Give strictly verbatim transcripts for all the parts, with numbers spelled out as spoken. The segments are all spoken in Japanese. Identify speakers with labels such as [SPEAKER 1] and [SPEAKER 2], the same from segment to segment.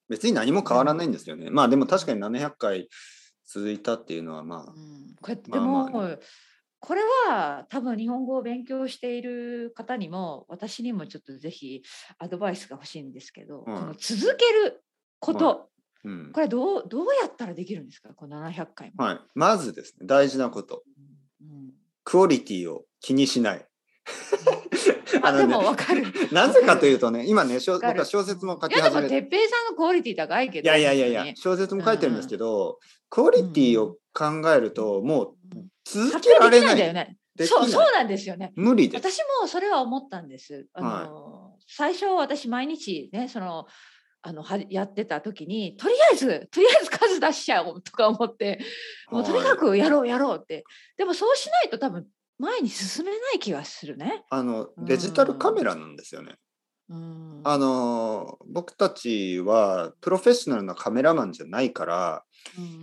[SPEAKER 1] 別に何も変わらないんですよね。まあでも確かにななひゃっかい続いたっていうのはまあ、
[SPEAKER 2] うん、これで
[SPEAKER 1] まあ
[SPEAKER 2] も、
[SPEAKER 1] まあね。
[SPEAKER 2] これは多分日本語を勉強している方にも私にもちょっとぜひアドバイスが欲しいんですけど、この
[SPEAKER 1] は
[SPEAKER 2] 続けるこ
[SPEAKER 1] い。はい。
[SPEAKER 2] と、
[SPEAKER 1] うん。
[SPEAKER 2] これどうどうやったらできるんですか？このななひゃっかいも。
[SPEAKER 1] はい。まずですね、大事なこと。
[SPEAKER 2] うん
[SPEAKER 1] クオリティを気にしない。
[SPEAKER 2] うん、あ、
[SPEAKER 1] あのね、
[SPEAKER 2] でもわかる
[SPEAKER 1] なぜ
[SPEAKER 2] わかる
[SPEAKER 1] かというとね、今ね、
[SPEAKER 2] わかる。
[SPEAKER 1] 僕は小
[SPEAKER 2] うん、
[SPEAKER 1] 説も書
[SPEAKER 2] いやで
[SPEAKER 1] き始め、
[SPEAKER 2] も哲平さんのクオリティ高いけ
[SPEAKER 1] いや
[SPEAKER 2] ど
[SPEAKER 1] いやいやいや、
[SPEAKER 2] 本当に。
[SPEAKER 1] 小説も
[SPEAKER 2] うん
[SPEAKER 1] 書いてるんです
[SPEAKER 2] うん
[SPEAKER 1] けど、クオリ
[SPEAKER 2] うん
[SPEAKER 1] ティを
[SPEAKER 2] うん
[SPEAKER 1] 考えると、もう
[SPEAKER 2] うん
[SPEAKER 1] 続け
[SPEAKER 2] 達成でき
[SPEAKER 1] られない。
[SPEAKER 2] ないんだよね。そう、
[SPEAKER 1] できない。
[SPEAKER 2] そうなんですよね。
[SPEAKER 1] 無理です。
[SPEAKER 2] 私もそれは思ったんです。あ
[SPEAKER 1] はい。
[SPEAKER 2] の、最初私毎日ね、その、あの、はやってた時に、とりあえず、とりあえず数出しちゃおうとか思って、もうとにか
[SPEAKER 1] はい。
[SPEAKER 2] くやろうやろうって。でもそうしないと多分前に進めない気がするね。
[SPEAKER 1] あの、
[SPEAKER 2] う
[SPEAKER 1] デジタルカメ
[SPEAKER 2] ん。
[SPEAKER 1] ラなんですよね。
[SPEAKER 2] う
[SPEAKER 1] あ
[SPEAKER 2] ん。
[SPEAKER 1] の、僕たちはプロフェッショナルなカメラマンじゃないから、
[SPEAKER 2] うんうんうん。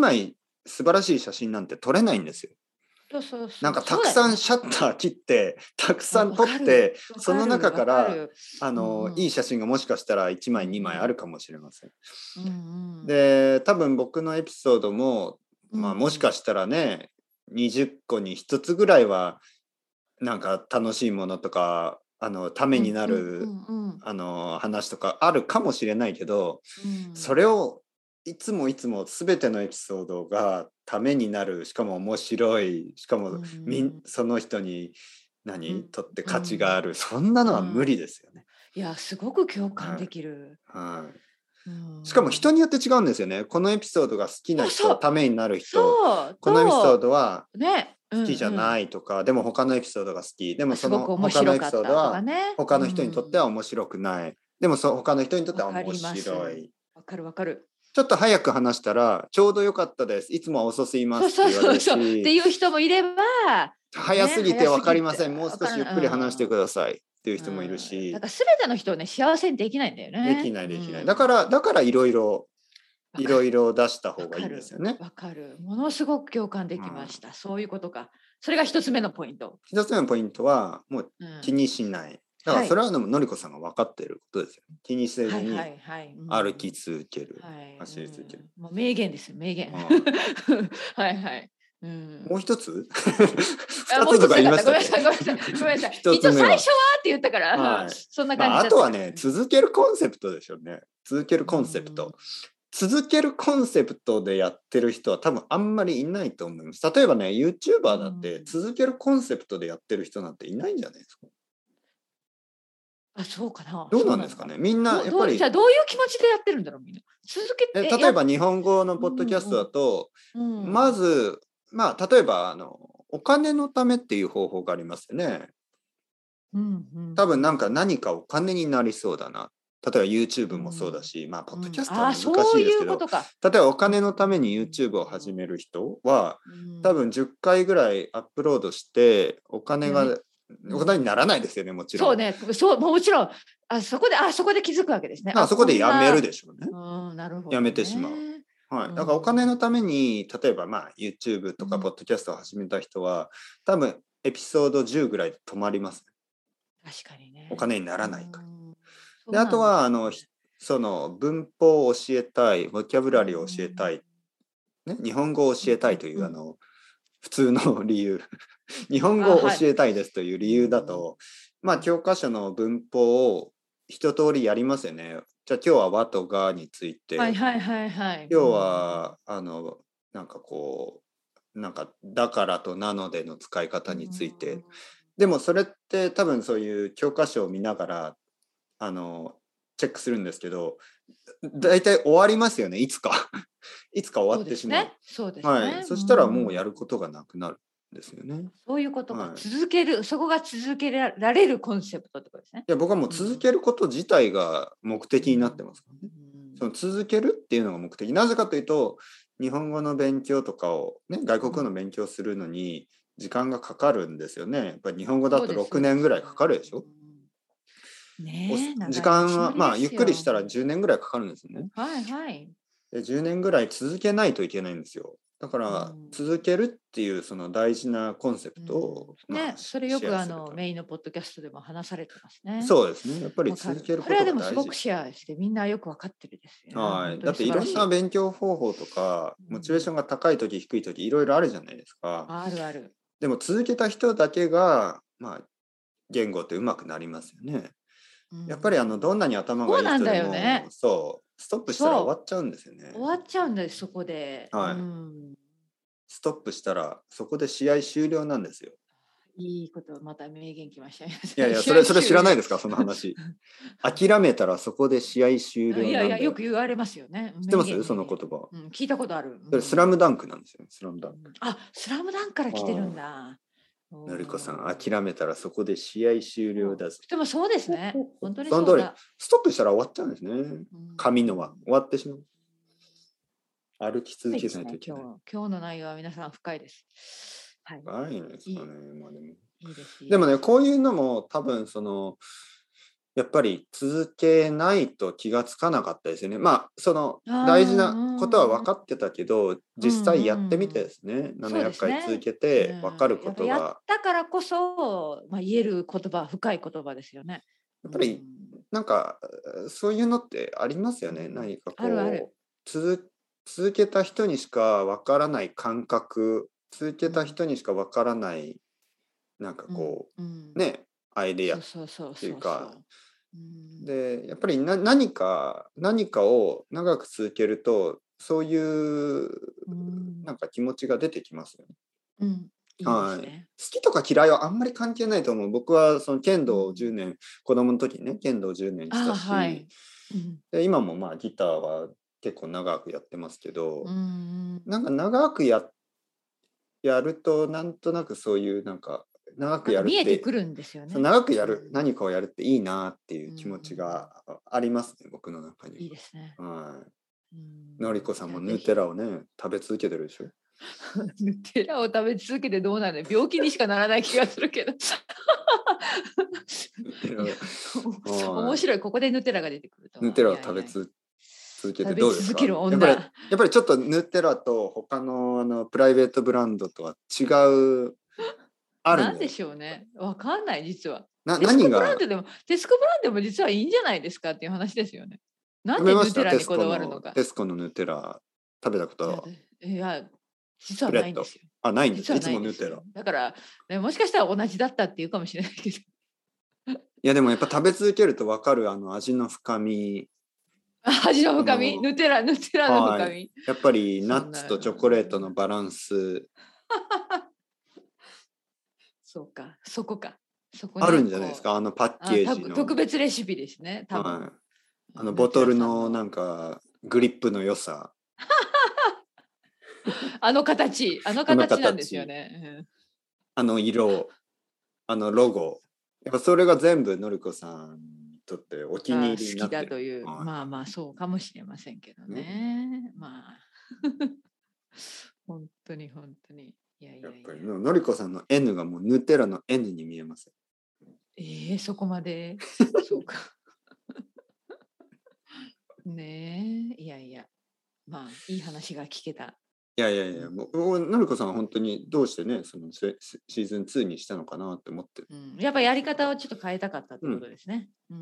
[SPEAKER 1] 一枚素晴らしい写真なんて撮れないんですよ。
[SPEAKER 2] そうそうそう、
[SPEAKER 1] なんかたく
[SPEAKER 2] そうだよね。
[SPEAKER 1] さんシャッター切ってたくさ
[SPEAKER 2] あ、
[SPEAKER 1] ん撮
[SPEAKER 2] わかる。
[SPEAKER 1] って
[SPEAKER 2] わ
[SPEAKER 1] その
[SPEAKER 2] かる。わ
[SPEAKER 1] 中から
[SPEAKER 2] かる。
[SPEAKER 1] あのいい
[SPEAKER 2] うんうん。
[SPEAKER 1] 写真がもしかしたらいちまい
[SPEAKER 2] うん
[SPEAKER 1] にまい
[SPEAKER 2] うん。
[SPEAKER 1] あるかもしれません。
[SPEAKER 2] うんうん。
[SPEAKER 1] で多分僕のエピソードも、
[SPEAKER 2] うん
[SPEAKER 1] まあ、もし
[SPEAKER 2] うん。
[SPEAKER 1] かしたらねにじゅっこにひとつぐらいはなんか楽しいものとかあのために
[SPEAKER 2] うんうんう
[SPEAKER 1] なる
[SPEAKER 2] んうん。
[SPEAKER 1] あの話とかあるかもしれないけど、
[SPEAKER 2] うん。
[SPEAKER 1] それをいつもいつも全てのエピソードがためになる、しかも面白い、しか
[SPEAKER 2] う
[SPEAKER 1] もみん
[SPEAKER 2] ん。
[SPEAKER 1] その人に
[SPEAKER 2] うん。
[SPEAKER 1] 何とって
[SPEAKER 2] う
[SPEAKER 1] 価値があ
[SPEAKER 2] ん。
[SPEAKER 1] る、そんなのは無
[SPEAKER 2] うん。
[SPEAKER 1] 理ですよね。
[SPEAKER 2] いや、すごく共感で
[SPEAKER 1] はい
[SPEAKER 2] きる。
[SPEAKER 1] はい。
[SPEAKER 2] う
[SPEAKER 1] しかも人
[SPEAKER 2] ん。
[SPEAKER 1] によって違うんですよね。このエピソードが好きな人、
[SPEAKER 2] そうそう。
[SPEAKER 1] ためになる人、
[SPEAKER 2] そう、
[SPEAKER 1] このエピソー
[SPEAKER 2] と、
[SPEAKER 1] ドは
[SPEAKER 2] ね、うん
[SPEAKER 1] 好きじゃ
[SPEAKER 2] うん。
[SPEAKER 1] ないとか、でも他のエピソードが好き。でも
[SPEAKER 2] あ、す
[SPEAKER 1] そ
[SPEAKER 2] ごく面
[SPEAKER 1] の他の
[SPEAKER 2] 白かったとか
[SPEAKER 1] エピソードは
[SPEAKER 2] ね。う
[SPEAKER 1] 他の人にとっては
[SPEAKER 2] ん。
[SPEAKER 1] 面白くない。でもそ他の人にとっては面
[SPEAKER 2] わかります。
[SPEAKER 1] 白い。
[SPEAKER 2] わかるわかる。
[SPEAKER 1] ちょっと早く話したらちょうど良かったです。いつもは遅すぎま
[SPEAKER 2] そうそう
[SPEAKER 1] すって言われ
[SPEAKER 2] そうそう。っ
[SPEAKER 1] るし、
[SPEAKER 2] ていう人もいれば、ね、
[SPEAKER 1] 早すぎて
[SPEAKER 2] 早す
[SPEAKER 1] 分かり
[SPEAKER 2] ぎて、
[SPEAKER 1] ません。もう
[SPEAKER 2] わから
[SPEAKER 1] 少しゆっくり話して
[SPEAKER 2] ない。
[SPEAKER 1] くださいっていう
[SPEAKER 2] うん。
[SPEAKER 1] 人もいる
[SPEAKER 2] うん。だ
[SPEAKER 1] し、
[SPEAKER 2] から全ての人をね、幸せにできないんだよ
[SPEAKER 1] でき
[SPEAKER 2] ね。
[SPEAKER 1] ないできない。だ
[SPEAKER 2] うん。
[SPEAKER 1] からだからいろいろいろい
[SPEAKER 2] わかる。
[SPEAKER 1] ろ出した方がいいんです
[SPEAKER 2] わかる。
[SPEAKER 1] よね。
[SPEAKER 2] わかる。ものすごく共感で
[SPEAKER 1] うん。
[SPEAKER 2] きました。そういうことか。それが一つ目のポイント。
[SPEAKER 1] 一つ目のポイントはもう
[SPEAKER 2] うん。
[SPEAKER 1] 気にしない。だから
[SPEAKER 2] はい。
[SPEAKER 1] それはでものりこさんが分かっていることですよね。気にせ
[SPEAKER 2] はいは
[SPEAKER 1] ずに
[SPEAKER 2] いはい。う
[SPEAKER 1] 歩き
[SPEAKER 2] ん。
[SPEAKER 1] 続ける、
[SPEAKER 2] はい。う
[SPEAKER 1] 走り続ける。
[SPEAKER 2] ん。もう名言ですよ、名言。
[SPEAKER 1] はい。
[SPEAKER 2] はいはい。うん。
[SPEAKER 1] もう一つ
[SPEAKER 2] あ、
[SPEAKER 1] 二つとか
[SPEAKER 2] もう一つなかった。
[SPEAKER 1] 言いましたっけ？
[SPEAKER 2] ごめんなさい、ごめんなさい。ごめんなさい。
[SPEAKER 1] 一
[SPEAKER 2] 一応
[SPEAKER 1] つ目は。
[SPEAKER 2] 最初はって言ったから、
[SPEAKER 1] はい。
[SPEAKER 2] そんな感
[SPEAKER 1] まあ、あ
[SPEAKER 2] じだったから。
[SPEAKER 1] とはね、続けるコンセプトでしょうね。続ける
[SPEAKER 2] う
[SPEAKER 1] コンセプ
[SPEAKER 2] ん。
[SPEAKER 1] ト。続けるコンセプトでやってる人は多分あんまりいないと思います。例えばね、
[SPEAKER 2] う
[SPEAKER 1] YouTuber だって
[SPEAKER 2] ん。
[SPEAKER 1] 続けるコンセプトでやってる人なんていないんじゃないですか。
[SPEAKER 2] あ、そうかな。
[SPEAKER 1] どう
[SPEAKER 2] そうなのかな。
[SPEAKER 1] なんですかね。みんな
[SPEAKER 2] どうどうじゃあ
[SPEAKER 1] やっぱり、
[SPEAKER 2] どういう気持ちでやってるんだろう、みんな。続け
[SPEAKER 1] え
[SPEAKER 2] て、や
[SPEAKER 1] 例えば日本語の
[SPEAKER 2] う
[SPEAKER 1] ポッドキャストだ
[SPEAKER 2] ん
[SPEAKER 1] と、
[SPEAKER 2] うん。う
[SPEAKER 1] ま
[SPEAKER 2] ん。
[SPEAKER 1] ず、まあ、例えばあの、お金のためっていう方法がありますよね。
[SPEAKER 2] うんうん
[SPEAKER 1] 多分なんか
[SPEAKER 2] うん。
[SPEAKER 1] 何かお金になりそうだな。例えば
[SPEAKER 2] う
[SPEAKER 1] YouTube もそうだ
[SPEAKER 2] ん。
[SPEAKER 1] し、まあ、ポッドキ
[SPEAKER 2] うん。
[SPEAKER 1] ャストは
[SPEAKER 2] ああ、
[SPEAKER 1] 難
[SPEAKER 2] そうい
[SPEAKER 1] しいですけど、
[SPEAKER 2] うことか。
[SPEAKER 1] 例えばお
[SPEAKER 2] うん
[SPEAKER 1] 金のために
[SPEAKER 2] うん
[SPEAKER 1] YouTube を始める人は、
[SPEAKER 2] うん。
[SPEAKER 1] 多分じゅっかいぐらいアップロードして、お
[SPEAKER 2] いや、め
[SPEAKER 1] 金が、
[SPEAKER 2] う
[SPEAKER 1] お金になら
[SPEAKER 2] ん。
[SPEAKER 1] ないですよね、もちろん。
[SPEAKER 2] そうね、そう、もちろん、あ、そこであ、そこで気づくわけですね。あ、
[SPEAKER 1] だからそこ
[SPEAKER 2] こ
[SPEAKER 1] でやめる
[SPEAKER 2] んな
[SPEAKER 1] でしょうね。
[SPEAKER 2] うん、なるほ
[SPEAKER 1] やめ
[SPEAKER 2] ど
[SPEAKER 1] てしまう。
[SPEAKER 2] ね。
[SPEAKER 1] はい。
[SPEAKER 2] う
[SPEAKER 1] だからお金の
[SPEAKER 2] ん。
[SPEAKER 1] ために、例えばまあ YouTube とかポ
[SPEAKER 2] うん。
[SPEAKER 1] ッドキャストを始めた人は、多分エピソードじゅうぐらいで止まります。
[SPEAKER 2] 確かに
[SPEAKER 1] お
[SPEAKER 2] ね。
[SPEAKER 1] 金になら
[SPEAKER 2] う
[SPEAKER 1] ないから。
[SPEAKER 2] ん。そ
[SPEAKER 1] で、あと
[SPEAKER 2] うなんです
[SPEAKER 1] は、あの、ひ
[SPEAKER 2] よね。
[SPEAKER 1] その文法を教えたい、ボキャブ
[SPEAKER 2] う
[SPEAKER 1] ラリーを教えた
[SPEAKER 2] ん。
[SPEAKER 1] い、ね、日本語を
[SPEAKER 2] うん
[SPEAKER 1] 教えたいという、
[SPEAKER 2] うんうん。
[SPEAKER 1] あの、普通の理由、日本語
[SPEAKER 2] あ、
[SPEAKER 1] を
[SPEAKER 2] はい。
[SPEAKER 1] 教えたいですという
[SPEAKER 2] う
[SPEAKER 1] 理由だ
[SPEAKER 2] ん。
[SPEAKER 1] と、まあ、教科書の文法を一通りやりますよね。じゃあ今日は和とがについて、
[SPEAKER 2] はいはいはいはい。う
[SPEAKER 1] 今日
[SPEAKER 2] んうん。
[SPEAKER 1] は、あの、なんかこう、なんか、だからとなのでの使い方について。でもそれって多分そういう教科書を見ながら、あの、チェックするんですけど、だいたい終わりますよね、いつか。いつか終わ
[SPEAKER 2] そう
[SPEAKER 1] ってしまう。
[SPEAKER 2] ですね。そうです
[SPEAKER 1] はい。
[SPEAKER 2] ね。う
[SPEAKER 1] そしたらもうや
[SPEAKER 2] ん。
[SPEAKER 1] ることがなくなるんですよね。
[SPEAKER 2] そういうことか。
[SPEAKER 1] はい。
[SPEAKER 2] 続ける、そこが続けらられるコンセプトってことですね。
[SPEAKER 1] いや、僕はもう
[SPEAKER 2] うん。
[SPEAKER 1] 続けること自体が目的になって
[SPEAKER 2] うん。
[SPEAKER 1] ますからね。
[SPEAKER 2] うん。
[SPEAKER 1] その続けるっていうのが目的。なぜかというと、日本語の勉強とかをね、外国語の勉強するのに時間がかかるんですよね。やっぱり日本語だと
[SPEAKER 2] そうですそう
[SPEAKER 1] 6年ぐらい
[SPEAKER 2] です。
[SPEAKER 1] かかるでしょ。
[SPEAKER 2] うん。
[SPEAKER 1] お
[SPEAKER 2] ねえ、
[SPEAKER 1] 時
[SPEAKER 2] 長い
[SPEAKER 1] 間は、
[SPEAKER 2] 道のりで
[SPEAKER 1] まあ、ゆっ
[SPEAKER 2] すよ。
[SPEAKER 1] くりしたらじゅうねんぐらいかかるんですよね。
[SPEAKER 2] はいはい。
[SPEAKER 1] でじゅうねんぐらい続けないといけないんですよ。 だか
[SPEAKER 2] う
[SPEAKER 1] ら
[SPEAKER 2] ん
[SPEAKER 1] 続けるっていうその大事なコンセプト
[SPEAKER 2] うん
[SPEAKER 1] を、ま
[SPEAKER 2] ね、
[SPEAKER 1] あ、
[SPEAKER 2] それよ
[SPEAKER 1] シェ
[SPEAKER 2] くあの
[SPEAKER 1] アすると。
[SPEAKER 2] メインのポッドキャストでも話されてますね。
[SPEAKER 1] そうですね。やっぱり
[SPEAKER 2] わかる。
[SPEAKER 1] 続けること
[SPEAKER 2] それはで
[SPEAKER 1] が大事。
[SPEAKER 2] もすごくシェアしてみんなよくわかってるですよ。
[SPEAKER 1] はい。
[SPEAKER 2] 本当に
[SPEAKER 1] だっていろんな
[SPEAKER 2] 素晴らしい。
[SPEAKER 1] 勉強方法とか、モチベーションが高い時、低い時、いろいろあるじゃないですか。
[SPEAKER 2] あるある。
[SPEAKER 1] でも続けた人だけが、まあ、言語って上手くなりますよね。
[SPEAKER 2] う
[SPEAKER 1] やっぱりあの、どん
[SPEAKER 2] ん、
[SPEAKER 1] なに頭がいい
[SPEAKER 2] そうなんだ
[SPEAKER 1] 人でも、
[SPEAKER 2] よね。
[SPEAKER 1] そう、ストップしたら終わ
[SPEAKER 2] そ
[SPEAKER 1] っちゃうんですよ
[SPEAKER 2] う。終
[SPEAKER 1] ね。
[SPEAKER 2] わっちゃうんです、そこで。う
[SPEAKER 1] はい。
[SPEAKER 2] ん。
[SPEAKER 1] ストップしたら、そこで試合終了なんですよ。
[SPEAKER 2] いいこと、また名言きましたね。
[SPEAKER 1] いやいや、そ
[SPEAKER 2] 試合
[SPEAKER 1] れ、それ知ら
[SPEAKER 2] 終了。
[SPEAKER 1] ないですか、その話。諦めたらそこで試合終了
[SPEAKER 2] いやいや、
[SPEAKER 1] なんだよ。
[SPEAKER 2] よく言われますよね。
[SPEAKER 1] 知ってま
[SPEAKER 2] 名言、
[SPEAKER 1] すその言
[SPEAKER 2] 名言。
[SPEAKER 1] 葉。
[SPEAKER 2] うん、聞いたことある。
[SPEAKER 1] それ、スラ
[SPEAKER 2] うん。
[SPEAKER 1] ムダンクなんですよ、スラムダンク。
[SPEAKER 2] うんあ、スラムダンクから来てるん
[SPEAKER 1] は
[SPEAKER 2] だ。
[SPEAKER 1] い。のりこさん、
[SPEAKER 2] おー
[SPEAKER 1] 諦めたらそこで試合終了
[SPEAKER 2] そう
[SPEAKER 1] だぞ。
[SPEAKER 2] でもそうですね。本当に
[SPEAKER 1] その通り、
[SPEAKER 2] そうだ。
[SPEAKER 1] ストップしたら終わっちゃうんですね。
[SPEAKER 2] うん
[SPEAKER 1] 紙のは終わってしまう。歩き続け
[SPEAKER 2] 深いですね、
[SPEAKER 1] ないといけない。
[SPEAKER 2] 今日。今日の内容は皆さん深いです。はい。
[SPEAKER 1] 深いです
[SPEAKER 2] いい、
[SPEAKER 1] かね。まあでも。
[SPEAKER 2] いいです。いい
[SPEAKER 1] でもね、
[SPEAKER 2] です
[SPEAKER 1] こういうのも多分その、やっぱり続けないと気がつかなかったですよね。まあ、その
[SPEAKER 2] あ
[SPEAKER 1] 大事な
[SPEAKER 2] ー
[SPEAKER 1] ことは分かってたけど、実際やってみて
[SPEAKER 2] うんうん
[SPEAKER 1] ですね、
[SPEAKER 2] そうで
[SPEAKER 1] 700
[SPEAKER 2] すね。
[SPEAKER 1] 回続け
[SPEAKER 2] う
[SPEAKER 1] て分かる
[SPEAKER 2] ん、
[SPEAKER 1] こ
[SPEAKER 2] やっぱやっ
[SPEAKER 1] とが、
[SPEAKER 2] たからこそ、まあ、言える言葉、深い言葉ですよね。う
[SPEAKER 1] やっぱり
[SPEAKER 2] ん、
[SPEAKER 1] なんかそういうのってありますよね。
[SPEAKER 2] うん
[SPEAKER 1] 何か
[SPEAKER 2] あるある。
[SPEAKER 1] こう、続続けた人にしか分からない感覚、続けた
[SPEAKER 2] うん、
[SPEAKER 1] 人にしか分からないなんか
[SPEAKER 2] うん、
[SPEAKER 1] こ
[SPEAKER 2] うん。
[SPEAKER 1] う、ね、アイデアっ
[SPEAKER 2] そうそうそう
[SPEAKER 1] ていうか、
[SPEAKER 2] そうそう。うん
[SPEAKER 1] で、やっぱりな何か何かを長く続けると、そういう
[SPEAKER 2] うん
[SPEAKER 1] なんか気持ちが出てきますよね。
[SPEAKER 2] うんいいで
[SPEAKER 1] はい。
[SPEAKER 2] すね。
[SPEAKER 1] 好きとか嫌いはあんまり関係ないと思う。僕はその剣道を10
[SPEAKER 2] うん、
[SPEAKER 1] 年、子供の時にね、剣道をじゅうねんした
[SPEAKER 2] ああ、は
[SPEAKER 1] し、
[SPEAKER 2] い。うん
[SPEAKER 1] で、今もまあギターは結構長くやってますけど、
[SPEAKER 2] うん
[SPEAKER 1] なんか長くや、やるとなんとなくそういうなんか長く
[SPEAKER 2] なんか
[SPEAKER 1] やるって
[SPEAKER 2] 見えてくるんですよ
[SPEAKER 1] そう
[SPEAKER 2] ね。
[SPEAKER 1] 長くやる、
[SPEAKER 2] うん
[SPEAKER 1] 何かをやるっていいなっていう気持ち
[SPEAKER 2] うん
[SPEAKER 1] があありますね、僕の中に
[SPEAKER 2] いいですね。
[SPEAKER 1] は。は
[SPEAKER 2] う
[SPEAKER 1] い。のりこ
[SPEAKER 2] ん
[SPEAKER 1] さんもヌーテ
[SPEAKER 2] じゃあぜひ。
[SPEAKER 1] ラをね、食べ続けてるでしょ。
[SPEAKER 2] ヌテラを食べ続けてどうなるの病気にしかならない気がするけど。
[SPEAKER 1] ヌーテラ
[SPEAKER 2] いや
[SPEAKER 1] を、はい。
[SPEAKER 2] 面白い。ここでヌテラが出てくるとは。
[SPEAKER 1] ヌーテラを
[SPEAKER 2] いやいや、
[SPEAKER 1] 食べつ続けて
[SPEAKER 2] 食べ
[SPEAKER 1] どうですか？
[SPEAKER 2] 続ける
[SPEAKER 1] やっぱり、や
[SPEAKER 2] 女。
[SPEAKER 1] っぱりちょっとヌーテラと他のあのプライベートブランドとは違う、あるん
[SPEAKER 2] なんで
[SPEAKER 1] じゃない
[SPEAKER 2] しょうね。わかんない、実は。
[SPEAKER 1] な、
[SPEAKER 2] テスコ
[SPEAKER 1] 何が
[SPEAKER 2] ブランドでも、テスコブランドも実はいいんじゃないですかっていう話ですよね。なんで
[SPEAKER 1] 食べまし
[SPEAKER 2] ヌテラにこ
[SPEAKER 1] たテスコ
[SPEAKER 2] だわるのか。
[SPEAKER 1] のテスコのヌーテラ食べたこ
[SPEAKER 2] いや、
[SPEAKER 1] と
[SPEAKER 2] でいや実は
[SPEAKER 1] ブレッド。
[SPEAKER 2] ないんですよ。
[SPEAKER 1] あ、ないんです。
[SPEAKER 2] 実は
[SPEAKER 1] いつ
[SPEAKER 2] ないんですよ。
[SPEAKER 1] もヌーテラ。
[SPEAKER 2] だから、ね、もしかしたら同じだったっていうかもしれないけど。
[SPEAKER 1] いやでもやっぱ食べ続けると分かるあの味の深み、
[SPEAKER 2] あ味の
[SPEAKER 1] そ
[SPEAKER 2] 深み、
[SPEAKER 1] の、
[SPEAKER 2] ヌテラ、ヌテラの
[SPEAKER 1] はい。
[SPEAKER 2] 深み。
[SPEAKER 1] やっぱりナ
[SPEAKER 2] そんな、
[SPEAKER 1] ッツとチョコレートのバランス
[SPEAKER 2] そうか、そこか。そこね、
[SPEAKER 1] あるんじゃないです
[SPEAKER 2] こう、
[SPEAKER 1] か、あのパッ
[SPEAKER 2] あ、
[SPEAKER 1] ケー
[SPEAKER 2] た特
[SPEAKER 1] ジの。
[SPEAKER 2] 別レシピですね、多分。
[SPEAKER 1] はい。あ
[SPEAKER 2] うんヌテラ
[SPEAKER 1] のボトル
[SPEAKER 2] さんの、
[SPEAKER 1] のなんかグリップの良さ、
[SPEAKER 2] あの形、あの
[SPEAKER 1] あの
[SPEAKER 2] 形なんですよ
[SPEAKER 1] 形、
[SPEAKER 2] ね。
[SPEAKER 1] あの色、あのロゴ。やっぱそれが全部のりこさんにとってお気に
[SPEAKER 2] が
[SPEAKER 1] 入りに
[SPEAKER 2] 好きだ
[SPEAKER 1] なってる。
[SPEAKER 2] という、
[SPEAKER 1] は
[SPEAKER 2] まあまあそうかもしれませんけど
[SPEAKER 1] い。ね。
[SPEAKER 2] ね。まあ、本当に本当に。いやい
[SPEAKER 1] やっ
[SPEAKER 2] やいや。
[SPEAKER 1] ぱりののりこさんの N がもうヌテラの N に見えます。
[SPEAKER 2] ええそこまで。そうか。ねえ、いやいや。まあ、いい話が聞けた。
[SPEAKER 1] いやいやいや、
[SPEAKER 2] うん。
[SPEAKER 1] もう、のりこさんは本当にどうしてね、そのシシーズンツーにしたのかなって思ってる。
[SPEAKER 2] うん、やっぱやり方をちょっと変えたかったって
[SPEAKER 1] うん。
[SPEAKER 2] ことですね。うん。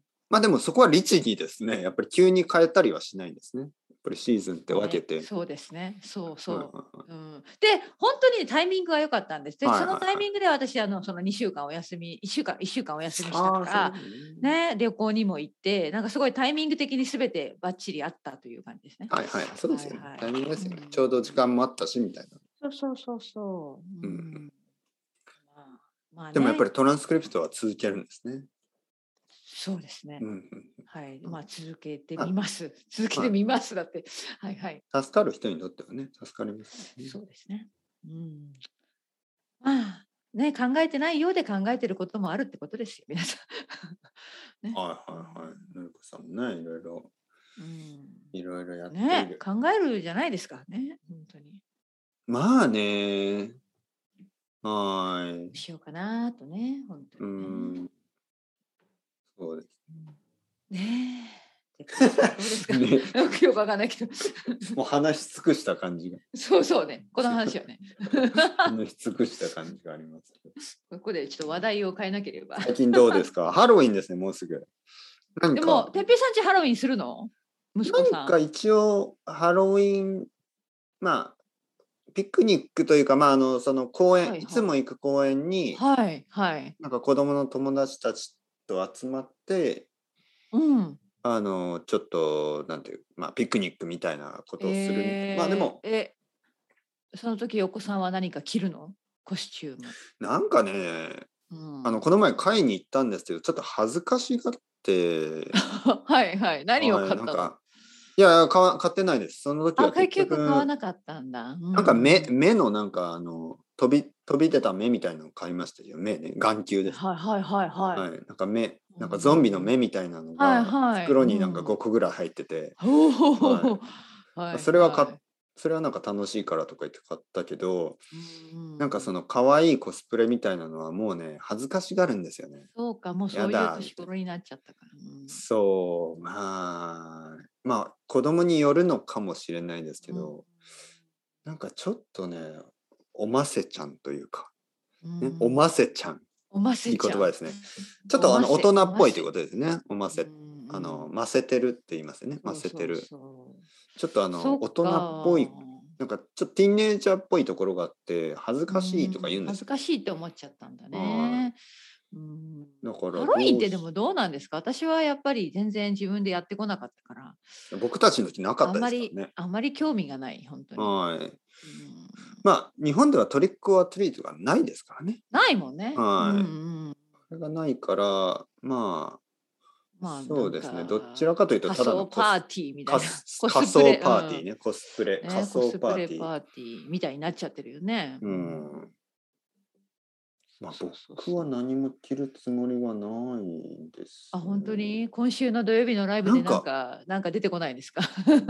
[SPEAKER 1] まあでもそこは律儀ですね。やっぱり急に変えたりはしないんですね。やっぱりシーズンって分け
[SPEAKER 2] ね、
[SPEAKER 1] て。
[SPEAKER 2] そうですね。そう
[SPEAKER 1] はいはい
[SPEAKER 2] そ
[SPEAKER 1] はい。
[SPEAKER 2] う。うん、で、本当にタイミングが良かったんです。で、
[SPEAKER 1] はい
[SPEAKER 2] そのタイ
[SPEAKER 1] はいはい。
[SPEAKER 2] ミングで私、あの、そのにしゅうかんお休み、いっしゅうかん、いっしゅうかんお休みした
[SPEAKER 1] ああ、そういう
[SPEAKER 2] から、
[SPEAKER 1] ことね。
[SPEAKER 2] ね、旅行にも行って、なんかすごいタイミング的に全てバッチリあったという感じですね。
[SPEAKER 1] はいはい。そうですよね。
[SPEAKER 2] はいはい。
[SPEAKER 1] タイミングですよね。
[SPEAKER 2] うん、
[SPEAKER 1] ちょうど時間もあったしみたいな。
[SPEAKER 2] そうそうそうそう。う
[SPEAKER 1] うんうん。
[SPEAKER 2] ん。まあ、まあ
[SPEAKER 1] でもやっぱ
[SPEAKER 2] ね、
[SPEAKER 1] りトランスクリプトは続けるんですね。
[SPEAKER 2] そうですね。
[SPEAKER 1] うんうん
[SPEAKER 2] はい。
[SPEAKER 1] うん。
[SPEAKER 2] まあ、続けてみ
[SPEAKER 1] ま
[SPEAKER 2] ます。続け
[SPEAKER 1] あ、ま
[SPEAKER 2] てみます。だって。はいはい。
[SPEAKER 1] あ、助かる人にとってはね、助かりますよね。
[SPEAKER 2] そうですね。うん。まあ、ね、考えてないようで考えてることもあるってことですよ、皆さん。ね。
[SPEAKER 1] はいはいはい。のりこさんもね、いろいろ、
[SPEAKER 2] うん。
[SPEAKER 1] いろいろやってい
[SPEAKER 2] ね、
[SPEAKER 1] る。
[SPEAKER 2] 考えるじゃないですかね、本当に。
[SPEAKER 1] まあね。はーい。
[SPEAKER 2] どうしようかなとね、本当
[SPEAKER 1] うー
[SPEAKER 2] にね。
[SPEAKER 1] ん。そうです。
[SPEAKER 2] うんねえ、ってどうですか、
[SPEAKER 1] ね、
[SPEAKER 2] よくわかんないけど。
[SPEAKER 1] もう話し尽くした感じが
[SPEAKER 2] そうそうね、この話はね。
[SPEAKER 1] 話し尽くした感じがありますけど。
[SPEAKER 2] ここでちょっと話題を変えなければ。
[SPEAKER 1] 最近どうですか？ハロウィンですね、もうすぐ。なん
[SPEAKER 2] でも、
[SPEAKER 1] か、
[SPEAKER 2] てっぺいさんちハロウィンするの？息子さん。
[SPEAKER 1] なんか一応ハロウィン、まあピクニックというか、まああのその公園、
[SPEAKER 2] はいはい
[SPEAKER 1] いつも行く公園に、
[SPEAKER 2] はいはい。
[SPEAKER 1] なんか子供の友達たちと集まって、
[SPEAKER 2] うん。
[SPEAKER 1] あのちょっとなんていう、まあピクニックみたいなことをするみたいな。まあで
[SPEAKER 2] え
[SPEAKER 1] も
[SPEAKER 2] ー、え、その時お子さんは何か着るの？コスチューム。
[SPEAKER 1] なんかね、
[SPEAKER 2] う
[SPEAKER 1] あの
[SPEAKER 2] ん。
[SPEAKER 1] この前買いに行ったんですけど、ちょっと恥ずかしがって、
[SPEAKER 2] はいはい。何を
[SPEAKER 1] はい、
[SPEAKER 2] 買ったの？
[SPEAKER 1] なんかいやいや買わ買ってないです。その時
[SPEAKER 2] あ、
[SPEAKER 1] は結
[SPEAKER 2] 結局買わ
[SPEAKER 1] 局
[SPEAKER 2] なかったんだ。う
[SPEAKER 1] なんか目
[SPEAKER 2] ん。
[SPEAKER 1] 目のなんかあの飛び飛び出た目みたいなのを買いましたよ。目ね、眼球です。
[SPEAKER 2] はいはいはいはい。
[SPEAKER 1] はい、なんか目、
[SPEAKER 2] う
[SPEAKER 1] なんかゾンビの
[SPEAKER 2] ん。
[SPEAKER 1] 目みたいなの
[SPEAKER 2] はい
[SPEAKER 1] が
[SPEAKER 2] はい。
[SPEAKER 1] 袋になんか
[SPEAKER 2] うん。
[SPEAKER 1] ごこぐらい入ってて、
[SPEAKER 2] お
[SPEAKER 1] は
[SPEAKER 2] お。は
[SPEAKER 1] い、
[SPEAKER 2] い
[SPEAKER 1] それはか
[SPEAKER 2] はい。
[SPEAKER 1] それはなんか楽しいからとか言って買ったけど、
[SPEAKER 2] うん
[SPEAKER 1] なんかその可愛いコスプレみたいなのはもうね恥ずかしがるんですよね。
[SPEAKER 2] そうか、もう
[SPEAKER 1] や
[SPEAKER 2] そういう
[SPEAKER 1] だみたいな。
[SPEAKER 2] 年頃になっちゃったから。うん。
[SPEAKER 1] そう、まあ、まあ子供によるのかもしれないですけ
[SPEAKER 2] うん。
[SPEAKER 1] ど、なんかちょっとね、おませちゃんというか、
[SPEAKER 2] う
[SPEAKER 1] ね、おま
[SPEAKER 2] ん。
[SPEAKER 1] せちゃん。
[SPEAKER 2] おま
[SPEAKER 1] いい
[SPEAKER 2] せちゃん。
[SPEAKER 1] 言葉ですね。ちょっ
[SPEAKER 2] おませ、
[SPEAKER 1] とあの大人
[SPEAKER 2] おませ。
[SPEAKER 1] っぽいということですね。おま
[SPEAKER 2] う
[SPEAKER 1] せ。
[SPEAKER 2] ん
[SPEAKER 1] あの、
[SPEAKER 2] うん。
[SPEAKER 1] ませてるって言いますよね。ま
[SPEAKER 2] そうそう
[SPEAKER 1] せてる。
[SPEAKER 2] そう。
[SPEAKER 1] ちょっとあの、
[SPEAKER 2] そっ
[SPEAKER 1] 大人っぽい、
[SPEAKER 2] か。
[SPEAKER 1] なんかちょっとティーンエイジャーっぽいところがあって、恥ず
[SPEAKER 2] う
[SPEAKER 1] かしいとか言
[SPEAKER 2] ん、
[SPEAKER 1] うんですよね。
[SPEAKER 2] 恥ずかしいって思っちゃったんだ
[SPEAKER 1] は
[SPEAKER 2] ね。うん。
[SPEAKER 1] い。だから
[SPEAKER 2] ハロウィンっ
[SPEAKER 1] どうし、
[SPEAKER 2] てでもどうなんですか？私はやっぱり全然自分でやってこなかったから、
[SPEAKER 1] 僕たちの時なかった
[SPEAKER 2] あんまり、
[SPEAKER 1] ですからね。
[SPEAKER 2] あんまり興味がない、本当に。
[SPEAKER 1] はい。
[SPEAKER 2] うん、
[SPEAKER 1] まあ、日本ではトリックオアトリートがないですからね。
[SPEAKER 2] ないもんね。うんう
[SPEAKER 1] はい。
[SPEAKER 2] ん。
[SPEAKER 1] それがないから、まあ、
[SPEAKER 2] まあなん
[SPEAKER 1] そうですね。どちら
[SPEAKER 2] か
[SPEAKER 1] かというと、ただ
[SPEAKER 2] 仮想
[SPEAKER 1] のコス、
[SPEAKER 2] パーティーみたいな、
[SPEAKER 1] 仮す
[SPEAKER 2] コ
[SPEAKER 1] 仮想
[SPEAKER 2] スプレ、うん。
[SPEAKER 1] パーティーね。コスプレ、仮
[SPEAKER 2] ね、コ
[SPEAKER 1] 想
[SPEAKER 2] スプ
[SPEAKER 1] パーティー。
[SPEAKER 2] レパーティーみたいになっちゃってるよね。
[SPEAKER 1] う
[SPEAKER 2] うん。
[SPEAKER 1] ん。まあ、
[SPEAKER 2] そうそう
[SPEAKER 1] 僕は
[SPEAKER 2] そう。
[SPEAKER 1] 何も着るつもりはないで
[SPEAKER 2] あ、
[SPEAKER 1] す
[SPEAKER 2] 本当
[SPEAKER 1] ね。
[SPEAKER 2] に今週の土曜日のライブでなん
[SPEAKER 1] なんか、
[SPEAKER 2] か、なんか出てこないですか？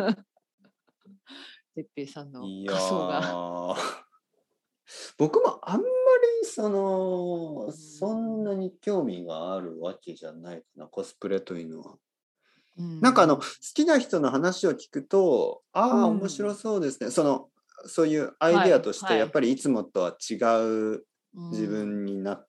[SPEAKER 2] てっぺいさんの
[SPEAKER 1] いや
[SPEAKER 2] 仮装が。
[SPEAKER 1] ー、僕もあんまりその、
[SPEAKER 2] う
[SPEAKER 1] そん
[SPEAKER 2] ん。
[SPEAKER 1] なに興味があるわけじゃないかな、コスプレというのは。
[SPEAKER 2] う
[SPEAKER 1] なんかあの、好
[SPEAKER 2] ん。
[SPEAKER 1] きな人の話を聞くと、
[SPEAKER 2] う
[SPEAKER 1] ああ、面白
[SPEAKER 2] ん。
[SPEAKER 1] そうですね。その、そういうアイ
[SPEAKER 2] はい、
[SPEAKER 1] デアとして、
[SPEAKER 2] はい。
[SPEAKER 1] やっぱりいつもとは違う
[SPEAKER 2] う
[SPEAKER 1] 自
[SPEAKER 2] ん。
[SPEAKER 1] 分になって、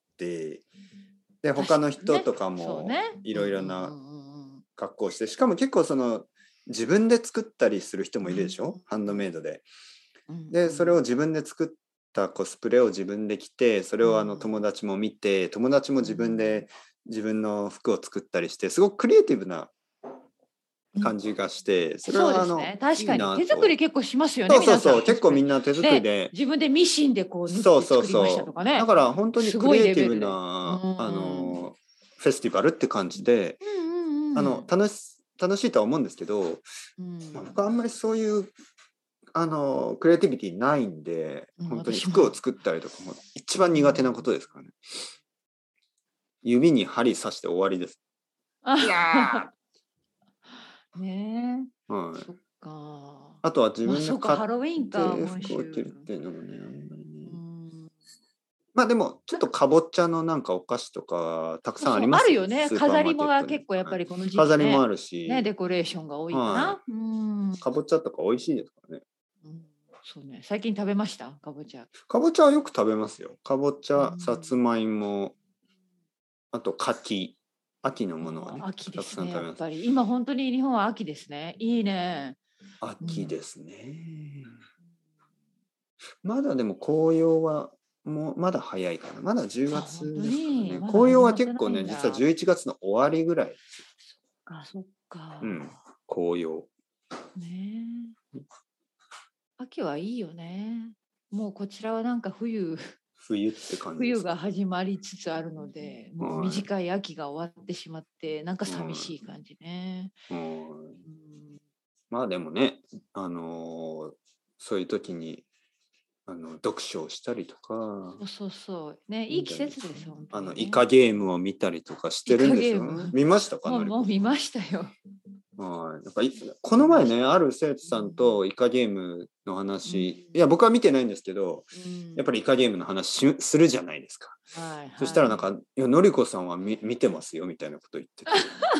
[SPEAKER 1] で、他の
[SPEAKER 2] 確かにね。
[SPEAKER 1] 人とかも
[SPEAKER 2] そうね。
[SPEAKER 1] い
[SPEAKER 2] うんうん
[SPEAKER 1] ろいろな
[SPEAKER 2] うんうんうん。
[SPEAKER 1] 格好をして、しかも結構その、自分で作ったりする人もいるでしょ、
[SPEAKER 2] うん
[SPEAKER 1] ハンドメイドで。
[SPEAKER 2] うん
[SPEAKER 1] で、それを
[SPEAKER 2] うん。
[SPEAKER 1] 自分で作ったコスプレを自分で着て、それ
[SPEAKER 2] う
[SPEAKER 1] をあの友
[SPEAKER 2] ん。
[SPEAKER 1] 達も見て、友達も
[SPEAKER 2] う
[SPEAKER 1] 自分
[SPEAKER 2] ん。
[SPEAKER 1] で自分の服を作ったりして、すごくクリエイティブな
[SPEAKER 2] うん。
[SPEAKER 1] 感じがして、それはあの、
[SPEAKER 2] そうですね。確
[SPEAKER 1] いい
[SPEAKER 2] かに。手作り
[SPEAKER 1] なと。
[SPEAKER 2] 結構しますよね、皆さん、
[SPEAKER 1] そうそうそう、結
[SPEAKER 2] コスプレ。
[SPEAKER 1] 構みんな手作り
[SPEAKER 2] ね、
[SPEAKER 1] で、
[SPEAKER 2] 自分でミシンでこう縫っ
[SPEAKER 1] そうそう
[SPEAKER 2] て作りましたと
[SPEAKER 1] そう。だ
[SPEAKER 2] かね。
[SPEAKER 1] から本当に
[SPEAKER 2] すごい
[SPEAKER 1] クリエイティブ
[SPEAKER 2] レベルで。う
[SPEAKER 1] な、あ
[SPEAKER 2] ん。
[SPEAKER 1] の、フェスティバルって感じで、
[SPEAKER 2] うんうん
[SPEAKER 1] あの、
[SPEAKER 2] うん。
[SPEAKER 1] 楽し、楽しいとは思うんですけど、
[SPEAKER 2] う
[SPEAKER 1] まあ、僕
[SPEAKER 2] ん。
[SPEAKER 1] はあんまりそういうあのクリエイティビティないんで、
[SPEAKER 2] うん、
[SPEAKER 1] 本当に
[SPEAKER 2] 私も。
[SPEAKER 1] 服を作ったりとかも一
[SPEAKER 2] う
[SPEAKER 1] 番苦手なこ
[SPEAKER 2] ん。
[SPEAKER 1] とですからね。指に針刺して終わりです。いや
[SPEAKER 2] あねえ。
[SPEAKER 1] ー、はい。
[SPEAKER 2] そっか。
[SPEAKER 1] あとは自
[SPEAKER 2] まあ、そうか、
[SPEAKER 1] 分で買っ
[SPEAKER 2] ハロウィンか、
[SPEAKER 1] て
[SPEAKER 2] 今週。
[SPEAKER 1] 服を着るっていうのもね、あんまり
[SPEAKER 2] う
[SPEAKER 1] ね。
[SPEAKER 2] ん。
[SPEAKER 1] まあでもちょっ
[SPEAKER 2] なんか、
[SPEAKER 1] とかぼちゃのなんかお菓子とかたくさんあ
[SPEAKER 2] そうそう、
[SPEAKER 1] りますよ。
[SPEAKER 2] あるよね。
[SPEAKER 1] スーパー
[SPEAKER 2] 飾りもが
[SPEAKER 1] マーケットに。
[SPEAKER 2] 結構やっ
[SPEAKER 1] はい、
[SPEAKER 2] ぱりこの時期
[SPEAKER 1] 飾りもあ
[SPEAKER 2] ね。
[SPEAKER 1] る
[SPEAKER 2] ね、デ
[SPEAKER 1] し、
[SPEAKER 2] コレーションが多いか
[SPEAKER 1] は
[SPEAKER 2] な。うん。
[SPEAKER 1] い。かぼちゃとか美味しいですからね。
[SPEAKER 2] うん、そうね。最近食べましたかぼちゃ。
[SPEAKER 1] かぼちゃはよく食べますよ。かぼち
[SPEAKER 2] う
[SPEAKER 1] ゃ、さつ
[SPEAKER 2] ん。
[SPEAKER 1] まいも、あと柿。秋のものはね、
[SPEAKER 2] ああ、秋で
[SPEAKER 1] たく
[SPEAKER 2] すね、
[SPEAKER 1] さん食べます。
[SPEAKER 2] やっぱり。今本当に日本は秋ですね。いいね。うん。
[SPEAKER 1] 秋ですね。まだでも紅葉はもうまだ早いかな。まだ10
[SPEAKER 2] あ、本当
[SPEAKER 1] 月ですから
[SPEAKER 2] に、
[SPEAKER 1] ね。
[SPEAKER 2] まだ
[SPEAKER 1] 紅葉は
[SPEAKER 2] 始まってな
[SPEAKER 1] 結構ね、実は
[SPEAKER 2] いんだ。
[SPEAKER 1] じゅういちがつの終わりぐらい。
[SPEAKER 2] あ、そっ
[SPEAKER 1] うん、
[SPEAKER 2] か。
[SPEAKER 1] 紅葉。
[SPEAKER 2] ねえ。秋はいいよね。もうこちらはなんか冬、
[SPEAKER 1] 冬って感じで
[SPEAKER 2] 冬
[SPEAKER 1] すか。
[SPEAKER 2] が始まりつつあるので、もう
[SPEAKER 1] はい。
[SPEAKER 2] 短い秋が終わってしまって、なんか寂しい
[SPEAKER 1] は
[SPEAKER 2] 感じね。
[SPEAKER 1] い。はい。
[SPEAKER 2] うん、
[SPEAKER 1] まあでもね、あのーそういう時にあの読書をしたりとか、
[SPEAKER 2] そうそうそう。ね、いい季
[SPEAKER 1] いいんじゃないですか。
[SPEAKER 2] 節です、本当
[SPEAKER 1] あの
[SPEAKER 2] にね。
[SPEAKER 1] イカゲームを見たりとかし
[SPEAKER 2] イ
[SPEAKER 1] てるんでしょ。
[SPEAKER 2] カゲーム。
[SPEAKER 1] 見ましたか、
[SPEAKER 2] もう、
[SPEAKER 1] のりこさん。
[SPEAKER 2] もう見ましたよ。
[SPEAKER 1] はい。なんかいこの前ね、
[SPEAKER 2] 見ました。
[SPEAKER 1] ある生徒さんとイカゲームの話、いや、僕は見てないんですけど、
[SPEAKER 2] うん。
[SPEAKER 1] やっぱりイカゲームの話しするじゃないですか。
[SPEAKER 2] はい
[SPEAKER 1] そしたら
[SPEAKER 2] はい。
[SPEAKER 1] なんか、いや、のりこさんは見見てますよみたいなこと言ってて。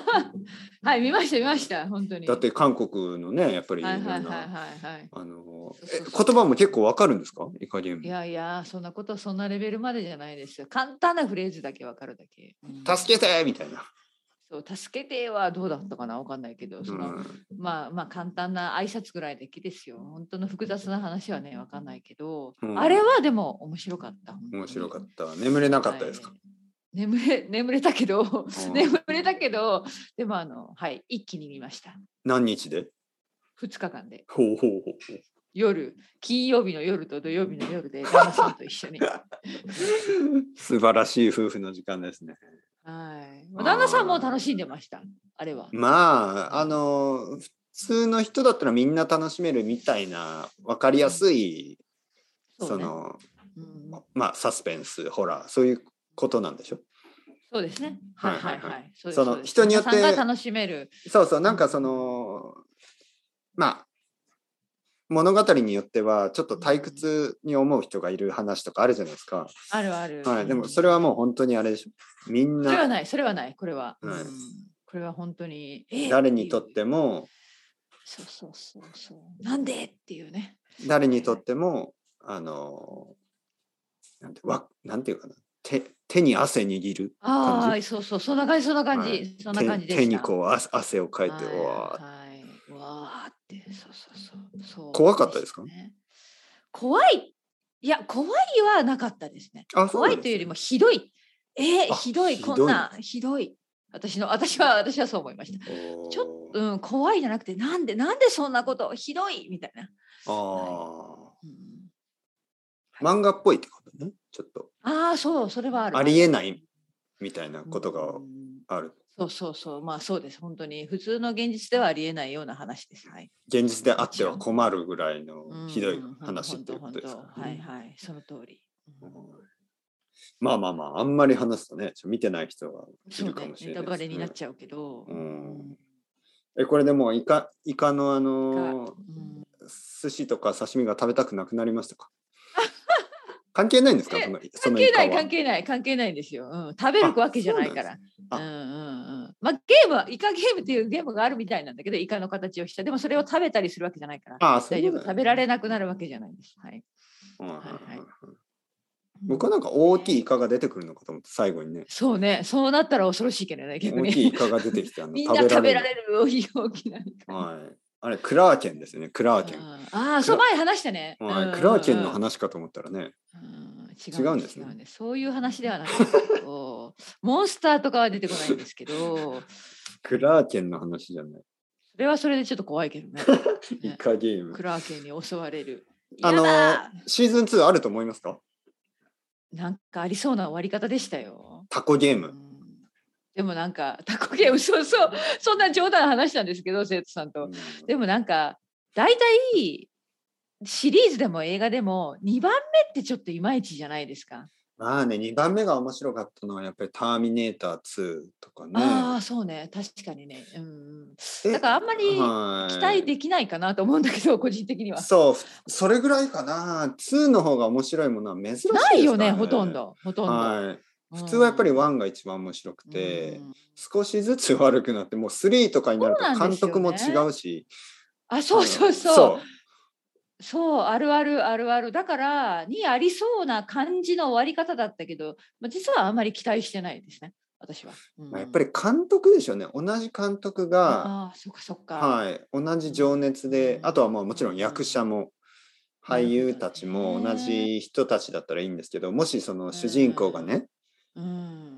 [SPEAKER 2] はい見ました見ました本当に。
[SPEAKER 1] だって韓国のねやっぱりいろん
[SPEAKER 2] はいはいはい
[SPEAKER 1] な
[SPEAKER 2] はいはい。
[SPEAKER 1] あの
[SPEAKER 2] そうそう
[SPEAKER 1] え
[SPEAKER 2] そう
[SPEAKER 1] 言葉も結構わかるんですか？イカゲーム。
[SPEAKER 2] いやいやそんなことそんなレベルまでじゃないですよ。簡単なフレーズだけわかるだけ。うん
[SPEAKER 1] 助けてみたいな。
[SPEAKER 2] そう助けてはどうだったかなわかんないけど、その、
[SPEAKER 1] うん、
[SPEAKER 2] まあまあ簡単な挨拶ぐらいだけですよ。本当の複雑な話はねわかんないけど、
[SPEAKER 1] うん
[SPEAKER 2] あれはでも面白かった。
[SPEAKER 1] 面白か
[SPEAKER 2] っ
[SPEAKER 1] った。眠れなかったですか？
[SPEAKER 2] はい眠れ眠れたけど
[SPEAKER 1] うん
[SPEAKER 2] 眠れたけどでもあのはい一気に見ました。
[SPEAKER 1] 何日で？
[SPEAKER 2] ふつかかんで
[SPEAKER 1] ほうほうほうほう。
[SPEAKER 2] 夜金曜日の夜と土曜日の夜で旦那さんと一緒に。
[SPEAKER 1] 素晴らしい夫婦の時間ですね。
[SPEAKER 2] はい。まあ旦那さんも楽しんでました。あれは。
[SPEAKER 1] まああの普通の人だったらみんな楽しめるみたいな分かりやすい、
[SPEAKER 2] そうね
[SPEAKER 1] その
[SPEAKER 2] うん
[SPEAKER 1] まあサスペンスホラーそういうことなんでしょ？
[SPEAKER 2] そうですね。はいはいはい。そうです
[SPEAKER 1] その
[SPEAKER 2] そうです
[SPEAKER 1] 人によって
[SPEAKER 2] 皆さんが楽しめる。
[SPEAKER 1] そうそうなんかそのまあ物語によってはちょっと退屈に思う人がいる話とかあるじゃないですか。
[SPEAKER 2] あるある。
[SPEAKER 1] はい、でも
[SPEAKER 2] うん
[SPEAKER 1] それはもう本当にあれでしょ。みんな
[SPEAKER 2] それはない、それはない、これは。
[SPEAKER 1] はい
[SPEAKER 2] うんこれは本当に。えー
[SPEAKER 1] 誰にとっても
[SPEAKER 2] そうそうそうそう。なんでっていうね。
[SPEAKER 1] 誰にとってもあのなんてわなんていうかな手手に汗握る
[SPEAKER 2] ああ、
[SPEAKER 1] 感じ。
[SPEAKER 2] そうそう、そんな感じ、そんな感じ、
[SPEAKER 1] はい
[SPEAKER 2] そんな感じでした。
[SPEAKER 1] 手手にこう汗汗をかいて、
[SPEAKER 2] はい、
[SPEAKER 1] うわ
[SPEAKER 2] はい、わーって、そうそうそう。そう
[SPEAKER 1] 怖かったですか？
[SPEAKER 2] ね怖い。いや、怖いはなかったですね。
[SPEAKER 1] あそうなんですね
[SPEAKER 2] 怖いというよりもひどい。えー、
[SPEAKER 1] あ
[SPEAKER 2] ひどい、
[SPEAKER 1] ひどい
[SPEAKER 2] こんな、ひどい。私の、私は、私はそう思いました。
[SPEAKER 1] おー
[SPEAKER 2] ちょっと、うん、怖いじゃなくて、なんで、なんでそんなこと、ひどいみたいな。
[SPEAKER 1] あー、
[SPEAKER 2] うん
[SPEAKER 1] 漫画っぽいってことねちょっと
[SPEAKER 2] ああ、そう、それはある。
[SPEAKER 1] ありえないみたいなことが
[SPEAKER 2] うん
[SPEAKER 1] ある。
[SPEAKER 2] そうそうそう、まあそうです。本当に普通の現実ではありえないような話です。はい。
[SPEAKER 1] 現実であっては困るぐらいの
[SPEAKER 2] うん
[SPEAKER 1] ひどい
[SPEAKER 2] うん
[SPEAKER 1] 話っていうことですか
[SPEAKER 2] 本当本当はい
[SPEAKER 1] ね。
[SPEAKER 2] はい、その通り。うん
[SPEAKER 1] まあまあまああんまり話すとねちょ見てない人がい
[SPEAKER 2] そうね
[SPEAKER 1] るかも、し
[SPEAKER 2] ネタバレ
[SPEAKER 1] れないですね。
[SPEAKER 2] になっちゃうけど。
[SPEAKER 1] うんえこれでもうイカイカのあのー
[SPEAKER 2] うん
[SPEAKER 1] 寿司とか刺身が食べたくなくなりましたか？関係ないんですか？
[SPEAKER 2] え
[SPEAKER 1] そのそ
[SPEAKER 2] 関係ない
[SPEAKER 1] のイカは。
[SPEAKER 2] 関係ない関係ないんですよ。うん、食べるわけじゃないから。
[SPEAKER 1] あ
[SPEAKER 2] うんうんうん。まあゲームはイカゲームっていうゲームがあるみたいなんだけど、イカの形をした。でもそれを食べたりするわけじゃないから。
[SPEAKER 1] あそう
[SPEAKER 2] 大丈夫。
[SPEAKER 1] いうことね
[SPEAKER 2] 食べられなくなるわけじゃないです。はい。
[SPEAKER 1] うんうんうん
[SPEAKER 2] はいはい
[SPEAKER 1] 僕はなんか大きいイカが出てくるのかと思って最後にね
[SPEAKER 2] そうね、そうなったら恐ろしいけどね、逆に。
[SPEAKER 1] 大きいイカが出てきてあの
[SPEAKER 2] みんな食べられ
[SPEAKER 1] る
[SPEAKER 2] る大きい大きなイカ。
[SPEAKER 1] はいあれクラーケンですよねクラーケン、
[SPEAKER 2] うんああ、そう前話したね。
[SPEAKER 1] はい
[SPEAKER 2] うん
[SPEAKER 1] クラーケンの話かと思ったらね、
[SPEAKER 2] うん
[SPEAKER 1] 違うんですね
[SPEAKER 2] 違うんですそういう話ではなくて、モンスターとかは出てこないんですけど、
[SPEAKER 1] クラーケンの話じゃない
[SPEAKER 2] それはそれでちょっと怖いけどね。
[SPEAKER 1] イカゲーム
[SPEAKER 2] クラーケンに襲われる。
[SPEAKER 1] あの
[SPEAKER 2] やだ
[SPEAKER 1] シーズンツーあると思いますか？
[SPEAKER 2] なんかありそうな終わり方でしたよ。
[SPEAKER 1] タコゲーム、
[SPEAKER 2] うんでもなんかタコゲームそうそうそんな冗談話したんですけど生徒さんと。
[SPEAKER 1] うん
[SPEAKER 2] でもなんか大体シリーズでも映画でもにばんめってちょっといまいちじゃないですか。
[SPEAKER 1] まあねにばんめが面白かったのはやっぱりターミネーターツーとかね
[SPEAKER 2] ああそうね確かにね。うんうん、
[SPEAKER 1] え
[SPEAKER 2] だからあんまり
[SPEAKER 1] はい
[SPEAKER 2] 期待できないかなと思うんだけど個人的には。
[SPEAKER 1] そうそれぐらいかなツーの方が面白いものは珍しいですからね
[SPEAKER 2] ないよねほとんどほとんど。
[SPEAKER 1] はい普通はやっぱりワンが一番面白くて、うん、少しずつ悪くなってもうスリーとかになると監督も違うし、
[SPEAKER 2] あそうそうそうそうそうあるあるあるあるだからにありそうな感じの終わり方だったけど、まあ、実はあんまり期待してないですね私は、
[SPEAKER 1] うん、やっぱり監督でしょうね同じ監督が
[SPEAKER 2] あそっかそっか、
[SPEAKER 1] はい、同じ情熱で、うん、あとはもうもちろん役者も俳優たちも同じ人たちだったらいいんですけどもしその主人公がね、うん、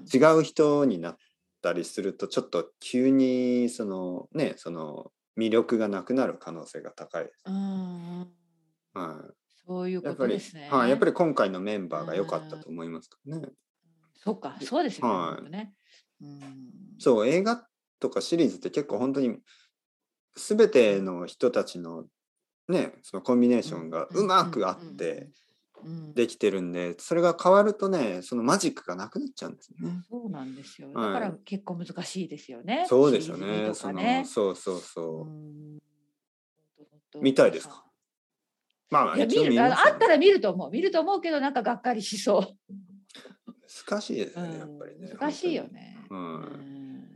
[SPEAKER 1] 違う人になったりするとちょっと急にそのねその魅力がなくなる可能性が高いです。うんはい、
[SPEAKER 2] そういうことですね。
[SPEAKER 1] はい、やっぱり今回のメンバーが良かったと思いますからね。
[SPEAKER 2] そうか、そうですよね。
[SPEAKER 1] はい
[SPEAKER 2] ねうん、
[SPEAKER 1] そう映画とかシリーズって結構本当に全ての人たちのねそのコンビネーションがうまくあってできてるんでそれが変わるとねそのマジックがなくなっちゃうんですよね。
[SPEAKER 2] そうなんですよ。だから結構難しいですよね。
[SPEAKER 1] はい、そうですよね。
[SPEAKER 2] ね
[SPEAKER 1] そのそうそうそう。
[SPEAKER 2] う
[SPEAKER 1] 見たいですか？
[SPEAKER 2] まあ、いや見る、あったら見ると思う見ると思うけどなんかがっかりしそう。
[SPEAKER 1] 難しいですね、うん、やっぱりね。
[SPEAKER 2] 難しいよね。
[SPEAKER 1] うん、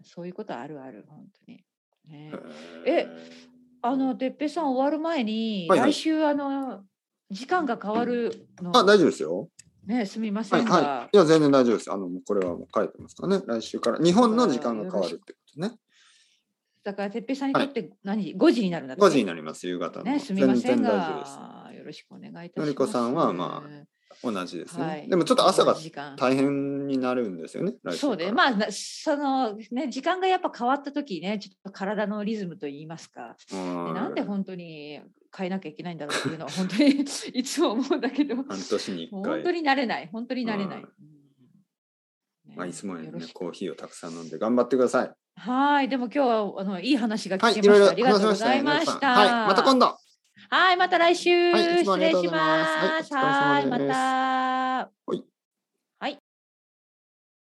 [SPEAKER 2] そういうことあるある、本当に。ね、
[SPEAKER 1] へ
[SPEAKER 2] え、あの、てっぺいさん終わる前に、
[SPEAKER 1] はいはい
[SPEAKER 2] 来週、あの、時間が変わるの。
[SPEAKER 1] あ、大丈夫ですよ。
[SPEAKER 2] ね、すみませ
[SPEAKER 1] はい
[SPEAKER 2] んが。
[SPEAKER 1] はい。いや、全然大丈夫です。あの、もうこれはもう書いてますからね。来週から。日本の時間が変わるってことね。
[SPEAKER 2] だから、てっぺいさんにとって何時、ごじになるんだっけ？
[SPEAKER 1] ごじになります、夕方の。
[SPEAKER 2] ね、すみません
[SPEAKER 1] 全然大丈夫です。
[SPEAKER 2] が、よろしくお願いいたします。
[SPEAKER 1] のりこさんはまあ同じですね。
[SPEAKER 2] はい、
[SPEAKER 1] でもちょっと朝が
[SPEAKER 2] 同じ時間
[SPEAKER 1] 大変になるんですよね。来週から
[SPEAKER 2] そうで、まあ、なそのね、時間がやっぱ変わった時ね、ちょっと体のリズムといいますか、でなんで本当に変えなきゃいけないんだろうっていうのは本当にいつも思うんだけど、
[SPEAKER 1] 半年にいっかい。
[SPEAKER 2] 本当になれない、本当になれない。
[SPEAKER 1] うん
[SPEAKER 2] ね
[SPEAKER 1] まあ、いつもよりね
[SPEAKER 2] よろし、く
[SPEAKER 1] コーヒーをたくさん飲んで頑張ってください。
[SPEAKER 2] はい、でも今日はあのいい話が聞
[SPEAKER 1] はい、
[SPEAKER 2] けました。
[SPEAKER 1] いろいろ
[SPEAKER 2] ありがとうご
[SPEAKER 1] 話しましたね。
[SPEAKER 2] ざいまし
[SPEAKER 1] のりこさん
[SPEAKER 2] た。
[SPEAKER 1] はい、また今度。
[SPEAKER 2] はい、また来週、
[SPEAKER 1] はいいつもあ
[SPEAKER 2] 失礼し
[SPEAKER 1] りがとうございますはい
[SPEAKER 2] ます。
[SPEAKER 1] お疲れ様
[SPEAKER 2] はい、ま
[SPEAKER 1] です
[SPEAKER 2] た。
[SPEAKER 1] はい。